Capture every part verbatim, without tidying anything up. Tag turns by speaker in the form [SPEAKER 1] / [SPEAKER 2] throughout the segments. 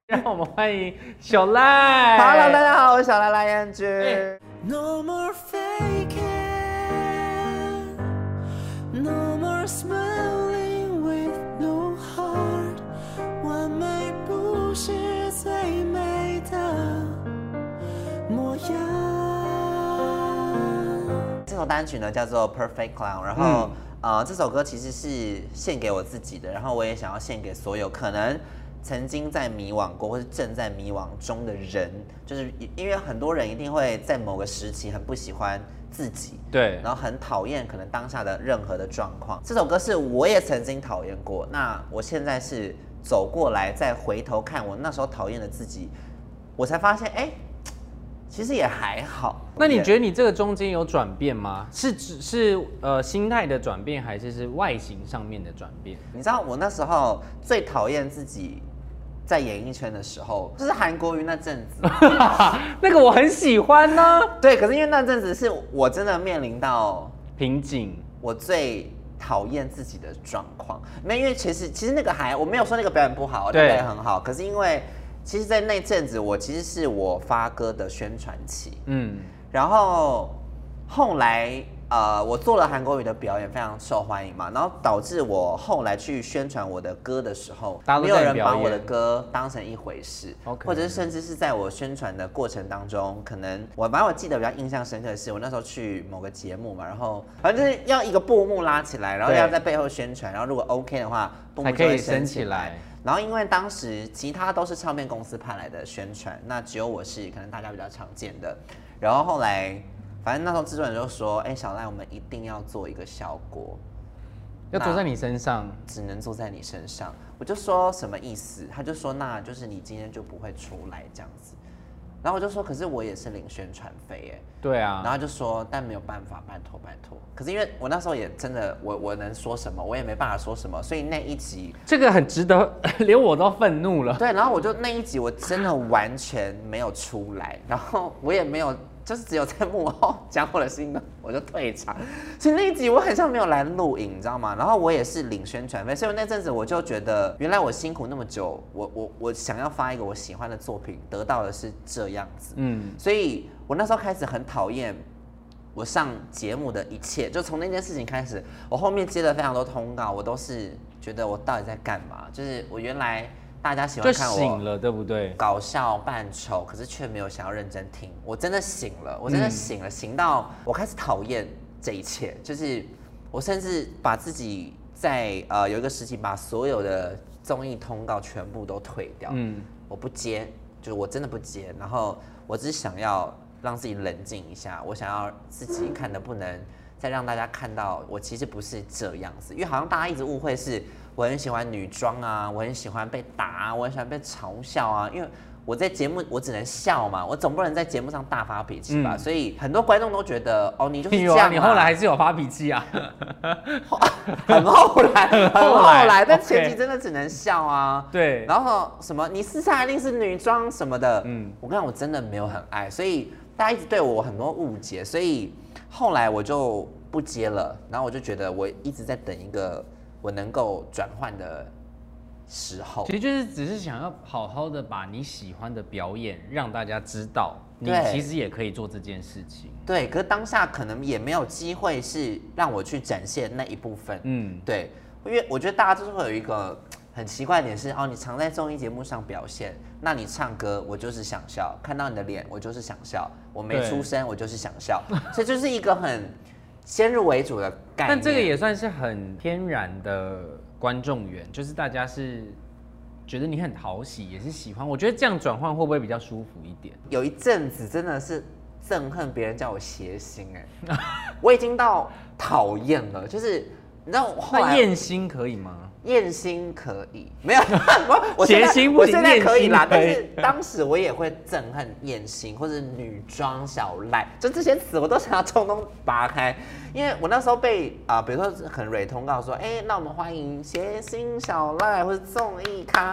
[SPEAKER 1] 让我们欢迎小赖。
[SPEAKER 2] Hello， 大家好，我是小赖赖彦君。
[SPEAKER 3] No more faking, no more smiling with no heart。完美不是最美的模样。
[SPEAKER 2] 这首单曲呢叫做《Perfect Clown》，然后、嗯、呃这首歌其实是献给我自己的，然后我也想要献给所有可能曾经在迷惘过或是正在迷惘中的人，就是因为很多人一定会在某个时期很不喜欢自己，
[SPEAKER 1] 对，
[SPEAKER 2] 然后很讨厌可能当下的任何的状况。这首歌是我也曾经讨厌过，那我现在是走过来再回头看我那时候讨厌的自己，我才发现哎。欸其实也还好。
[SPEAKER 1] 那你觉得你这个中间有转变吗？是只是呃心态的转变，还是是外形上面的转变？
[SPEAKER 2] 你知道我那时候最讨厌自己在演艺圈的时候，就是韩国瑜那阵子。
[SPEAKER 1] 那个我很喜欢呢。
[SPEAKER 2] 对，可是因为那阵子是我真的面临到
[SPEAKER 1] 瓶颈，
[SPEAKER 2] 我最讨厌自己的状况。没有，因为其实其实那个还我没有说那个表演不好，那个也很好。可是因为其实，在那阵子，我其实是我发歌的宣传期，嗯，然后后来呃，我做了韩国语的表演，非常受欢迎嘛，然后导致我后来去宣传我的歌的时候，没有人把我的歌当成一回事，
[SPEAKER 1] okay.
[SPEAKER 2] 或者是甚至是在我宣传的过程当中，可能我反正我记得比较印象深刻的是，我那时候去某个节目嘛，然后反正就是要一个布幕拉起来，然后要在背后宣传，然后如果 OK 的话，布幕就会升起来。然后因为当时其他都是唱片公司派来的宣传，那只有我是可能大家比较常见的。然后后来，反正那时候制作人就说：“哎、欸，小赖，我们一定要做一个效果，
[SPEAKER 1] 要做在你身上，
[SPEAKER 2] 只能做在你身上。”我就说什么意思？他就说：“那就是你今天就不会出来这样子。”然后我就说：“可是我也是领宣传费哎。”
[SPEAKER 1] 对啊。
[SPEAKER 2] 然后就说：“但没有办法，拜托拜托。”可是因为我那时候也真的，我我能说什么？我也没办法说什么。所以那一集
[SPEAKER 1] 这个很值得，连我都愤怒了。
[SPEAKER 2] 对，然后我就那一集我真的完全没有出来，然后我也没有，就是只有在幕后讲我的心呢，我就退场。所以那一集我很像没有来录影，你知道吗？然后我也是领宣传费，所以那阵子我就觉得，原来我辛苦那么久，我我我想要发一个我喜欢的作品，得到的是这样子。嗯，所以我那时候开始很讨厌我上节目的一切，就从那件事情开始，我后面接了非常多通告，我都是觉得我到底在干嘛？就是我原来大家喜欢看我
[SPEAKER 1] 就醒了，对不对？
[SPEAKER 2] 搞笑扮丑，可是却没有想要认真听。我真的醒了，我真的醒了，嗯、醒到我开始讨厌这一切。就是我甚至把自己在呃有一个时期，把所有的综艺通告全部都退掉。嗯，我不接，就是我真的不接。然后我只是想要让自己冷静一下，我想要自己看能不能再让大家看到我其实不是这样子，因为好像大家一直误会是我很喜欢女装啊，我很喜欢被打啊，我很喜欢被嘲笑啊，因为我在节目我只能笑嘛，我总不能在节目上大发脾气吧、嗯，所以很多观众都觉得哦你就是这样、啊，
[SPEAKER 1] 你后来还是有发脾气啊，
[SPEAKER 2] 很后来，很后来，但前期真的只能笑啊，
[SPEAKER 1] 对，
[SPEAKER 2] 然后什么你私下一定是女装什么的，嗯，我跟你讲我真的没有很爱，所以大家一直对我很多误解，所以后来我就不接了，然后我就觉得我一直在等一个我能够转换的时候，
[SPEAKER 1] 其实就是只是想要好好的把你喜欢的表演让大家知道，你其实也可以做这件事情。
[SPEAKER 2] 对，可是当下可能也没有机会是让我去展现那一部分。嗯，对，因为我觉得大家就是会有一个很奇怪的点是，哦，你常在综艺节目上表现，那你唱歌我就是想笑，看到你的脸我就是想笑，我没出声我就是想笑，所以就是一个很先入为主的概念。
[SPEAKER 1] 但这个也算是很天然的观众缘，就是大家是觉得你很讨喜，也是喜欢。我觉得这样转换会不会比较舒服一点？
[SPEAKER 2] 有一阵子真的是憎恨别人叫我谐星，哎，我已经到讨厌了。就是你知道，后来
[SPEAKER 1] 那艳星可以吗？
[SPEAKER 2] 艳星可以，没有，我
[SPEAKER 1] 谐星不行，
[SPEAKER 2] 我现在可以啦。但是当时我也会憎恨艳星或者女装小赖，就这些词我都想要通通拔开，因为我那时候被啊、呃，比如说很蕊通告说，哎、欸，那我们欢迎谐星小赖或者综艺咖，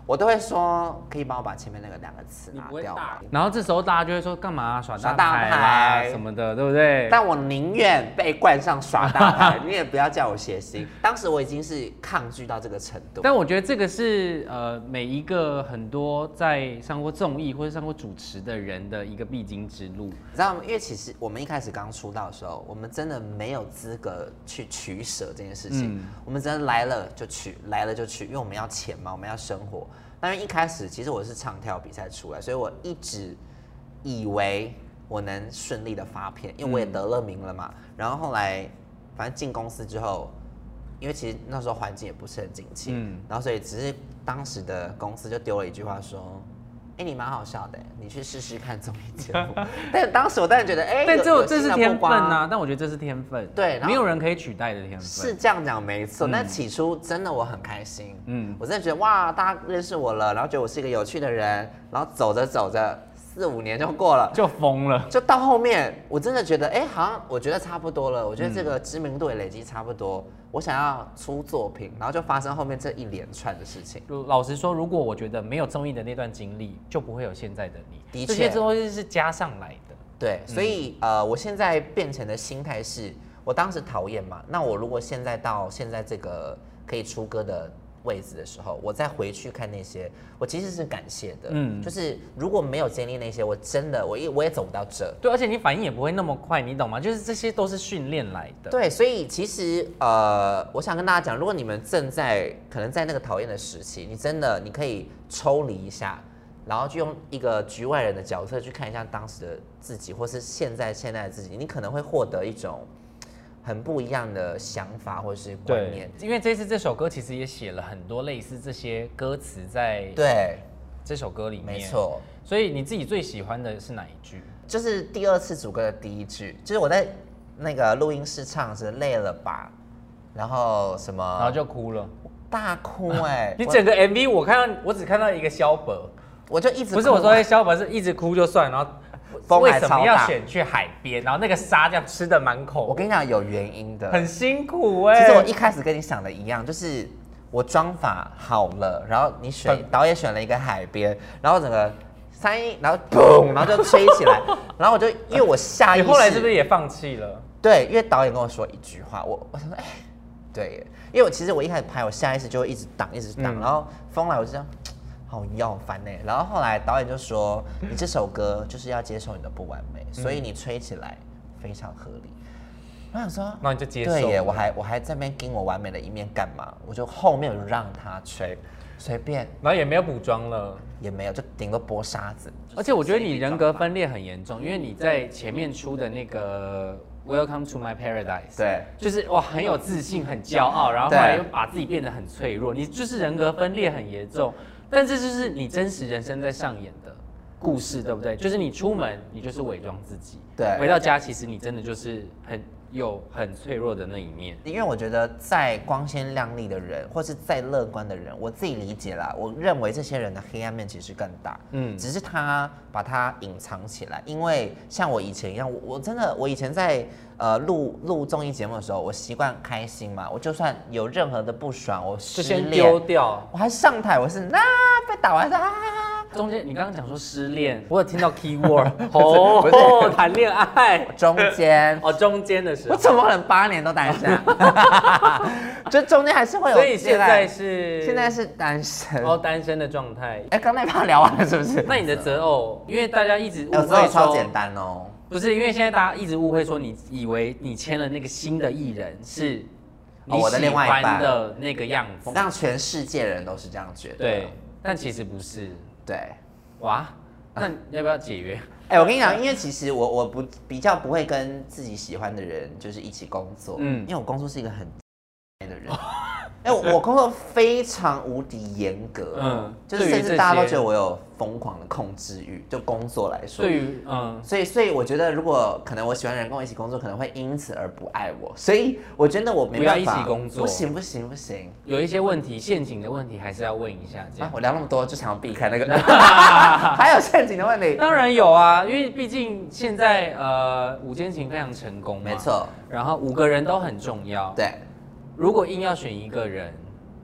[SPEAKER 2] 我都会说可以帮我把前面那个两个词拿掉吗？
[SPEAKER 1] 然后这时候大家就会说干嘛、啊、耍大牌
[SPEAKER 2] 牌
[SPEAKER 1] 什么的，对不对？
[SPEAKER 2] 但我宁愿被冠上耍大牌，你也不要叫我谐星。当时我已经是抗拒到这个程度。
[SPEAKER 1] 但我觉得这个是呃每一个很多在上过综艺或者上过主持的人的一个必经之路，
[SPEAKER 2] 你知道吗？因为其实我们一开始刚出道的时候，我们真的没有资格去取舍这件事情，嗯、我们真的来了就去，来了就去，因为我们要钱嘛，我们要生活。但是一开始其实我是唱跳比赛出来，所以我一直以为我能顺利的发片，因为我也得了名了嘛。嗯、然后后来反正进公司之后，因为其实那时候环境也不是很景气，嗯、然后所以只是当时的公司就丢了一句话说。哎、欸，你蛮好笑的，你去试试看综艺节目。但当时我当然觉得，哎、欸，
[SPEAKER 1] 但这这是天分啊！但我觉得这是天分，
[SPEAKER 2] 对，
[SPEAKER 1] 没有人可以取代的天分。
[SPEAKER 2] 是这样讲没错，嗯、但起初真的我很开心，嗯，我真的觉得哇，大家认识我了，然后觉得我是一个有趣的人，然后走着走着，四五年就过了，
[SPEAKER 1] 就疯了。
[SPEAKER 2] 就到后面，我真的觉得，哎、欸，好像我觉得差不多了，我觉得这个知名度也累积差不多。嗯我想要出作品，然后就发生后面这一连串的事情。
[SPEAKER 1] 老实说，如果我觉得没有综艺的那段经历，就不会有现在的你。
[SPEAKER 2] 的确，
[SPEAKER 1] 这些东西是加上来的。
[SPEAKER 2] 对，所以、嗯、呃，我现在变成的心态是，我当时讨厌嘛，那我如果现在到现在这个可以出歌的位置的时候，我再回去看那些，我其实是感谢的。嗯，就是如果没有经历那些，我真的我也我也走不到这。
[SPEAKER 1] 对，而且你反应也不会那么快，你懂吗？就是这些都是训练来的。
[SPEAKER 2] 对，所以其实呃，我想跟大家讲，如果你们正在可能在那个讨厌的时期，你真的你可以抽离一下，然后就用一个局外人的角色去看一下当时的自己，或是现在现在的自己，你可能会获得一种。很不一样的想法或是观念，
[SPEAKER 1] 因为这次这首歌其实也写了很多类似这些歌词在
[SPEAKER 2] 对
[SPEAKER 1] 这首歌里面，
[SPEAKER 2] 没错。
[SPEAKER 1] 所以你自己最喜欢的是哪一句？
[SPEAKER 2] 就是第二次主歌的第一句，就是我在那个录音室唱是累了吧，然后什么，
[SPEAKER 1] 然后就哭了，
[SPEAKER 2] 大哭哎、欸！
[SPEAKER 1] 你整个 M V 我看到我只看到一个萧伯，
[SPEAKER 2] 我就一直哭
[SPEAKER 1] 不是我说萧伯是一直哭就算，然后。为什么要选去海边？然后那个沙这样吃的满口。
[SPEAKER 2] 我跟你讲有原因的，
[SPEAKER 1] 很辛苦哎、欸。
[SPEAKER 2] 其实我一开始跟你想的一样，就是我妆法好了，然后你选导演选了一个海边，然后整个三一，然后砰，然后就吹起来，然后我就因为我下意识，
[SPEAKER 1] 你后来是不是也放弃了？
[SPEAKER 2] 对，因为导演跟我说一句话，我我想说哎，对，因为我其实我一开始拍，我下意识就会一直挡，一直挡，嗯、然后风来我就这样。好要烦呢、欸，然后后来导演就说：“你这首歌就是要接受你的不完美，嗯、所以你吹起来非常合理。”我想说，
[SPEAKER 1] 那你就接受。
[SPEAKER 2] 对耶，我还我还在那边盯我完美的一面干嘛？我就后面让他吹，随便。
[SPEAKER 1] 然后也没有补妆了，
[SPEAKER 2] 也没有，就顶多拨沙子。
[SPEAKER 1] 而且我觉得你人格分裂很严重，因为你在前面出的那个。Welcome to my paradise。对，就是哇，很有自信，很骄傲，然后后来又把自己变得很脆弱，你就是人格分裂很严重。但这就是你真实人生在上演的故事，对不对？就是你出门，你就是伪装自己；对，回到家，其实你真的就是很有很脆弱的那一面。
[SPEAKER 2] 因为我觉得再光鲜亮丽的人，或是再乐观的人，我自己理解啦，我认为这些人的黑暗面其实更大。嗯，只是他把它隐藏起来。因为像我以前一样，我我真的我以前在呃录录综艺节目的时候，我习惯开心嘛，我就算有任何的不爽，我失恋就先
[SPEAKER 1] 丢掉，
[SPEAKER 2] 我还上台，我是那、啊、被打完啊。
[SPEAKER 1] 中间你刚刚讲说失恋，我有听到 key word 哦，谈恋爱
[SPEAKER 2] 中间
[SPEAKER 1] 哦，中间的时候，
[SPEAKER 2] 我怎么可能八年都单身、啊？就中间还是会有。
[SPEAKER 1] 所以现在是
[SPEAKER 2] 现在是单身
[SPEAKER 1] 哦，单身的状态。
[SPEAKER 2] 哎，刚那趴聊完了是不是？
[SPEAKER 1] 那你的择偶，因为大家一直误会
[SPEAKER 2] 说超简单哦，
[SPEAKER 1] 不是因为现在大家一直误会说你以为你签了那个新的艺人是你喜欢的那个样子，
[SPEAKER 2] 我让全世界人都是这样觉得，
[SPEAKER 1] 对，但其实不是。对，
[SPEAKER 2] 哇，
[SPEAKER 1] 那你要不要解约？
[SPEAKER 2] 哎、欸，我跟你讲，因为其实我我不比较不会跟自己喜欢的人就是一起工作，嗯，因为我工作是一个很的人，哎、欸，我工作非常无敌严格，嗯，就是甚至大家都觉得我有疯狂的控制欲，就工作来说，
[SPEAKER 1] 对于嗯，
[SPEAKER 2] 所以所以我觉得如果可能我喜欢的人跟我一起工作，可能会因此而不爱我，所以我觉得我没办法
[SPEAKER 1] 不要一起工作，
[SPEAKER 2] 不行不行不行，
[SPEAKER 1] 有一些问题陷阱的问题还是要问一下，这样、
[SPEAKER 2] 啊、我聊那么多就想要避开那个，还有陷阱的问题，
[SPEAKER 1] 当然有啊，因为毕竟现在呃五间情非常成功嘛，
[SPEAKER 2] 没错，
[SPEAKER 1] 然后五个人都很重要，
[SPEAKER 2] 对。
[SPEAKER 1] 如果硬要选一个人，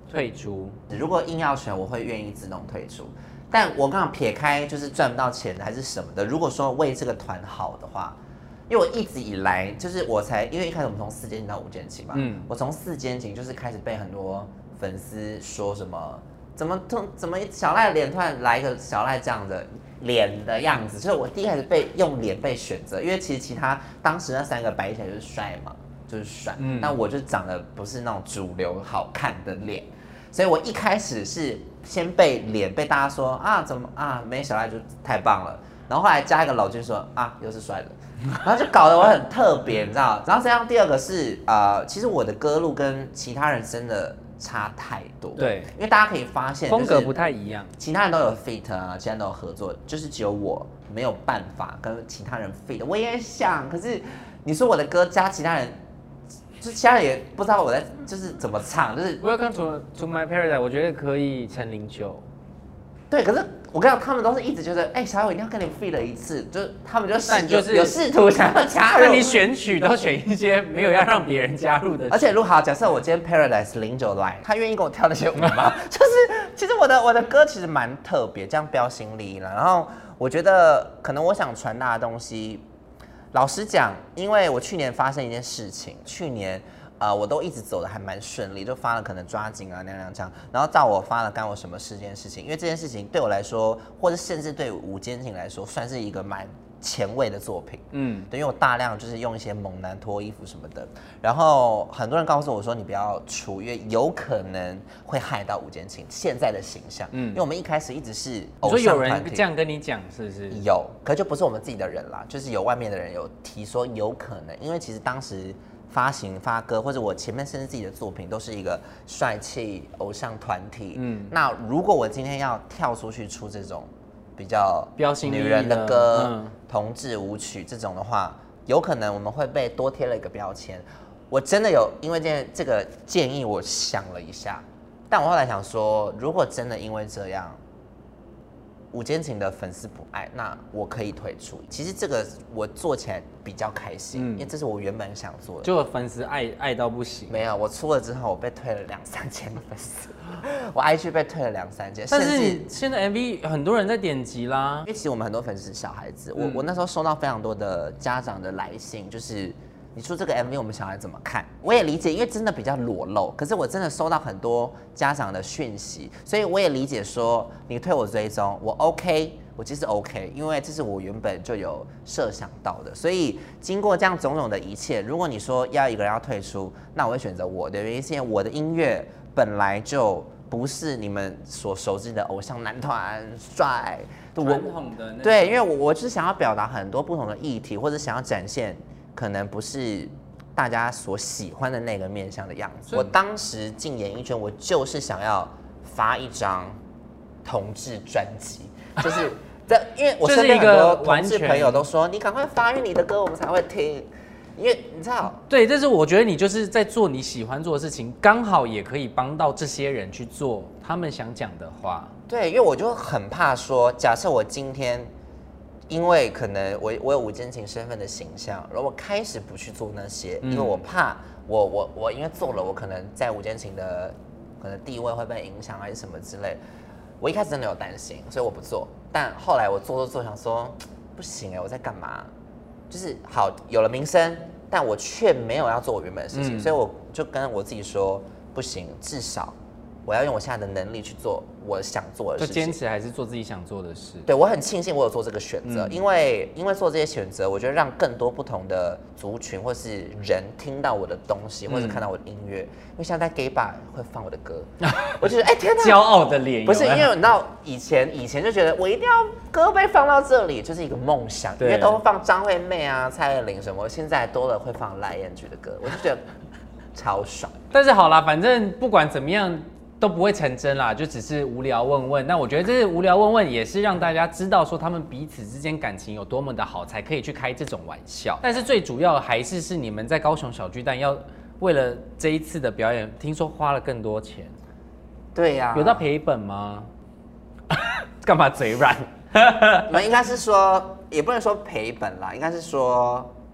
[SPEAKER 1] 退出。
[SPEAKER 2] 如果硬要选，我会愿意自动退出。但我刚刚撇开就是赚不到钱还是什么的，如果说为这个团好的话，因为我一直以来就是我才，因为一开始我们从四间情到五间情嘛，嗯，我从四间情就是开始被很多粉丝说什么，怎么突怎么小赖脸突然来一个小赖这样的脸的样子，就是我第一开始被用脸被选择，因为其实其他当时那三个摆起来就是帅嘛，就是帅，嗯，但我就长得不是那种主流好看的脸，所以我一开始是先被脸被大家说啊怎么啊没小赖就太棒了，然后后来加一个老君说啊又是帅的。然后就搞得我很特别，你知道？然后这样第二个是呃，其实我的歌路跟其他人真的差太多。
[SPEAKER 1] 对，
[SPEAKER 2] 因为大家可以发现
[SPEAKER 1] 风格不太一样，
[SPEAKER 2] 其他人都有 feat 啊，其他人都有合作，就是只有我没有办法跟其他人 feat。我也想，可是你说我的歌加其他人，就其他人也不知道我在就是怎么唱，就是
[SPEAKER 1] Welcome to to my paradise， 我觉得可以陈零九。
[SPEAKER 2] 对，可是我跟你讲，他们都是一直觉得，哎、欸，小友一定要跟你 feat 了一次，就是他们就
[SPEAKER 1] 但就是
[SPEAKER 2] 有试图想要加入。
[SPEAKER 1] 那你选曲都选一些没有要让别人加入的曲。
[SPEAKER 2] 而且如果好，假设我今天 Paradise 零九来，他愿意跟我跳那些舞吗？就是其实我的我的歌其实蛮特别，这样标新立异了。然后我觉得可能我想传达的东西，老实讲，因为我去年发生一件事情，去年。呃，我都一直走的还蛮顺利，就发了可能抓紧啊那样这样，然后到我发了干我什么事这件事情，因为这件事情对我来说，或者甚至对五间情来说，算是一个蛮前卫的作品，嗯，对，因为我大量就是用一些猛男脱衣服什么的，然后很多人告诉我说你不要出，因为有可能会害到五间情现在的形象，嗯，因为我们一开始一直是偶像团体，
[SPEAKER 1] 你说有人这样跟你讲是不是？
[SPEAKER 2] 有，可就不是我们自己的人啦，就是有外面的人有提说有可能，因为其实当时。发行发歌，或者我前面甚至自己的作品，都是一个帅气偶像团体。嗯，那如果我今天要跳出去出这种比较
[SPEAKER 1] 标新
[SPEAKER 2] 女人的歌、嗯、同志舞曲这种的话，有可能我们会被多贴了一个标签。我真的有因为这这个建议，我想了一下，但我后来想说，如果真的因为这样。五间情的粉丝不爱，那我可以退出。其实这个我做起来比较开心，嗯、因为这是我原本想做的。
[SPEAKER 1] 就粉丝爱爱到不行。
[SPEAKER 2] 没有，我出了之后，我被退了两三千个粉丝，我 I G 被退了两三千。
[SPEAKER 1] 但是现在 M V 很多人在点击啦，
[SPEAKER 2] 因为其实我们很多粉丝是小孩子，我、嗯、我那时候收到非常多的家长的来信，就是。你出这个 M V， 我们小孩怎么看？我也理解，因为真的比较裸露。可是我真的收到很多家长的讯息，所以我也理解说，你退我追踪，我 OK， 我其实 OK， 因为这是我原本就有设想到的。所以经过这样种种的一切，如果你说要一个人要退出，那我会选择我的原因是因为我的音乐本来就不是你们所熟知的偶像男团帅，
[SPEAKER 1] 传统的那
[SPEAKER 2] 对，因为我我就是想要表达很多不同的议题，或者想要展现。可能不是大家所喜欢的那个面向的样子。我当时进演艺圈，我就是想要发一张同志专辑，就是这，因为我身边很多同志朋友都说，你赶快发，因为你的歌我们才会听。因为你知道，
[SPEAKER 1] 对，但是我觉得你就是在做你喜欢做的事情，刚好也可以帮到这些人去做他们想讲的话。
[SPEAKER 2] 对，因为我就很怕说，假设我今天。因为可能我我有五间情身份的形象，然后我开始不去做那些，嗯、因为我怕我我我因为做了，我可能在五间情的可能地位会被影响还是什么之类。我一开始真的有担心，所以我不做。但后来我做做做，想说不行哎、欸，我在干嘛？就是好有了名声，但我却没有要做我原本的事情，嗯、所以我就跟我自己说不行，至少。我要用我现在的能力去做我想做的事情，
[SPEAKER 1] 就坚持还是做自己想做的事。
[SPEAKER 2] 对，我很庆幸我有做这个选择，嗯、因为因为做这些选择，我觉得让更多不同的族群或是人听到我的东西，嗯、或是看到我的音乐。因为现在在 gay bar 会放我的歌，我就觉得哎、欸、天哪，
[SPEAKER 1] 骄傲的脸。
[SPEAKER 2] 不是因为你知道以前以前就觉得我一定要歌被放到这里，就是一个梦想，因为都会放张惠妹啊、蔡依林什么，现在多了会放赖燕菊的歌，我就觉得超爽。
[SPEAKER 1] 但是好啦，反正不管怎么样。都不会成真啦，就只是无聊问问。那我觉得这是无聊问问，也是让大家知道说他们彼此之间感情有多么的好，才可以去开这种玩笑。但是最主要的还是是你们在高雄小巨蛋要为了这一次的表演，听说花了更多钱。
[SPEAKER 2] 对呀、啊，
[SPEAKER 1] 有到赔本吗？干嘛嘴软？
[SPEAKER 2] 我们应该是说，也不能说赔本啦，应该是说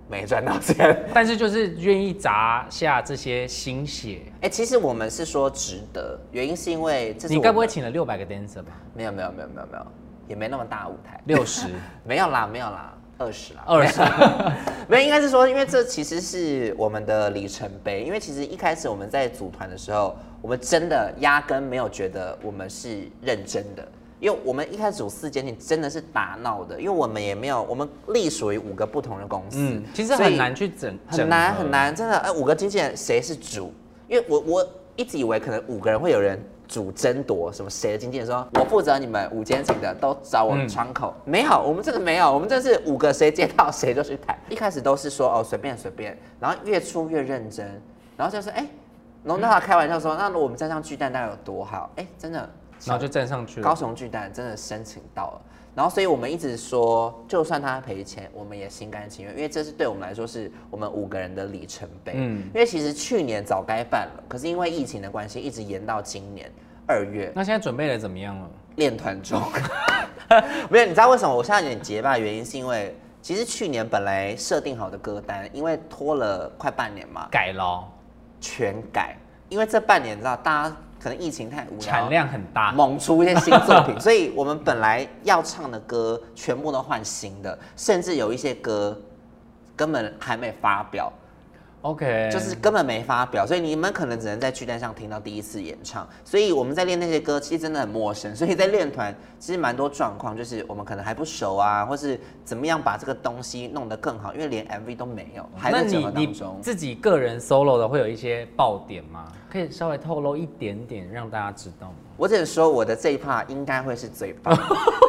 [SPEAKER 2] 没赚到钱，
[SPEAKER 1] 但是就是愿意砸下这些心血。
[SPEAKER 2] 哎、欸，其实我们是说值得，原因是因为这是
[SPEAKER 1] 你该不会请了六百个 dancer 吧？
[SPEAKER 2] 没有没有没有没有没有，也没那么大舞台，
[SPEAKER 1] 六十
[SPEAKER 2] 没有啦没有啦，二十啦，
[SPEAKER 1] 二十，
[SPEAKER 2] 没有，应该是说，因为这其实是我们的里程碑，因为其实一开始我们在组团的时候，我们真的压根没有觉得我们是认真的。因为我们一开始组四间店真的是打闹的，因为我们也没有，我们隶属于五个不同的公司，嗯，
[SPEAKER 1] 其实很难去整，
[SPEAKER 2] 很难很难，真的，哎，五个经纪人谁是主？因为我我一直以为可能五个人会有人主争夺，什么谁的经纪人说，我负责你们五间请的都找我们窗口，嗯、没有，我们这个没有，我们这是五个谁接到谁就去谈，一开始都是说哦随便随便，然后越出越认真，然后就说哎，龙大华开玩笑说，那我们站上巨蛋大概有多好？哎，真的。
[SPEAKER 1] 然后就站上去了。
[SPEAKER 2] 高雄巨蛋真的申请到了，然后所以我们一直说，就算他赔钱，我们也心甘情愿，因为这是对我们来说是我们五个人的里程碑。嗯，因为其实去年早该办了，可是因为疫情的关系，一直延到今年二月。
[SPEAKER 1] 那现在准备的怎么样了？
[SPEAKER 2] 练团中。没有，你知道为什么我现在有点结巴？原因是因为其实去年本来设定好的歌单，因为拖了快半年嘛，
[SPEAKER 1] 改了，
[SPEAKER 2] 全改。因为这半年你知道大家。可能疫情太无聊，
[SPEAKER 1] 产量很大，
[SPEAKER 2] 猛出一些新作品，所以我们本来要唱的歌全部都换新的，甚至有一些歌根本还没发表。
[SPEAKER 1] OK，
[SPEAKER 2] 就是根本没发表，所以你们可能只能在巨蛋上听到第一次演唱。所以我们在练那些歌，其实真的很陌生。所以在练团，其实蛮多状况，就是我们可能还不熟啊，或是怎么样把这个东西弄得更好，因为连 M V 都没有，还在整合当中。
[SPEAKER 1] 那你自己个人 solo 的会有一些爆点吗？可以稍微透露一点点，让大家知道吗？
[SPEAKER 2] 我只能说我的这一 part 应该会是最棒。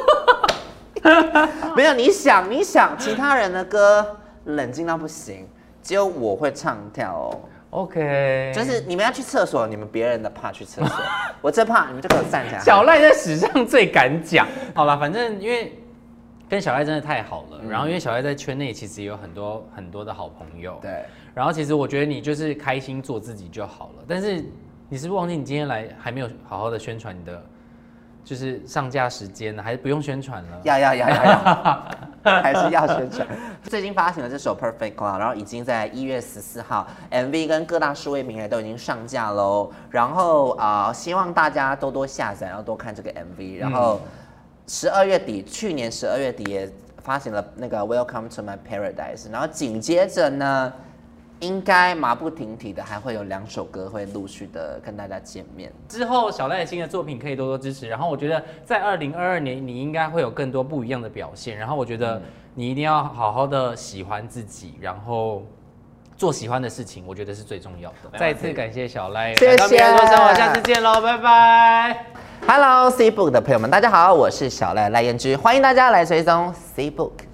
[SPEAKER 2] 没有，你想，你想，其他人的歌冷静到不行。只有我会唱跳哦
[SPEAKER 1] ，OK，
[SPEAKER 2] 就是你们要去厕所，你们别人的怕去厕所，我这怕你们就给我站起来。
[SPEAKER 1] 小赖在史上最敢讲，好啦，反正因为跟小赖真的太好了，嗯、然后因为小赖在圈内其实也有很多很多的好朋友，
[SPEAKER 2] 对，
[SPEAKER 1] 然后其实我觉得你就是开心做自己就好了，但是你是不是忘记你今天来还没有好好的宣传你的？就是上架时间呢，还是不用宣传了？
[SPEAKER 2] 要要要要要，还是要宣传。最近发行了这首《Perfect Cloud》，然后已经在一月十四号 ，M V 跟各大数位平台都已经上架喽。然后啊、呃，希望大家多多下载，然后多看这个 M V。然后十二月底，去年十二月底也发行了那个《Welcome to My Paradise》，然后紧接着呢。应该马不停蹄的，还会有两首歌会陆续的跟大家见面。
[SPEAKER 1] 之后小赖新的作品可以多多支持。然后我觉得在二零二二年，你应该会有更多不一样的表现。然后我觉得你一定要好好的喜欢自己，然后做喜欢的事情，我觉得是最重要的。再次感谢小赖，
[SPEAKER 2] 谢谢。
[SPEAKER 1] 来到生活，下次见喽，拜拜。
[SPEAKER 2] Hello C Book 的朋友们，大家好，我是小赖赖燕之，欢迎大家来追踪 C Book。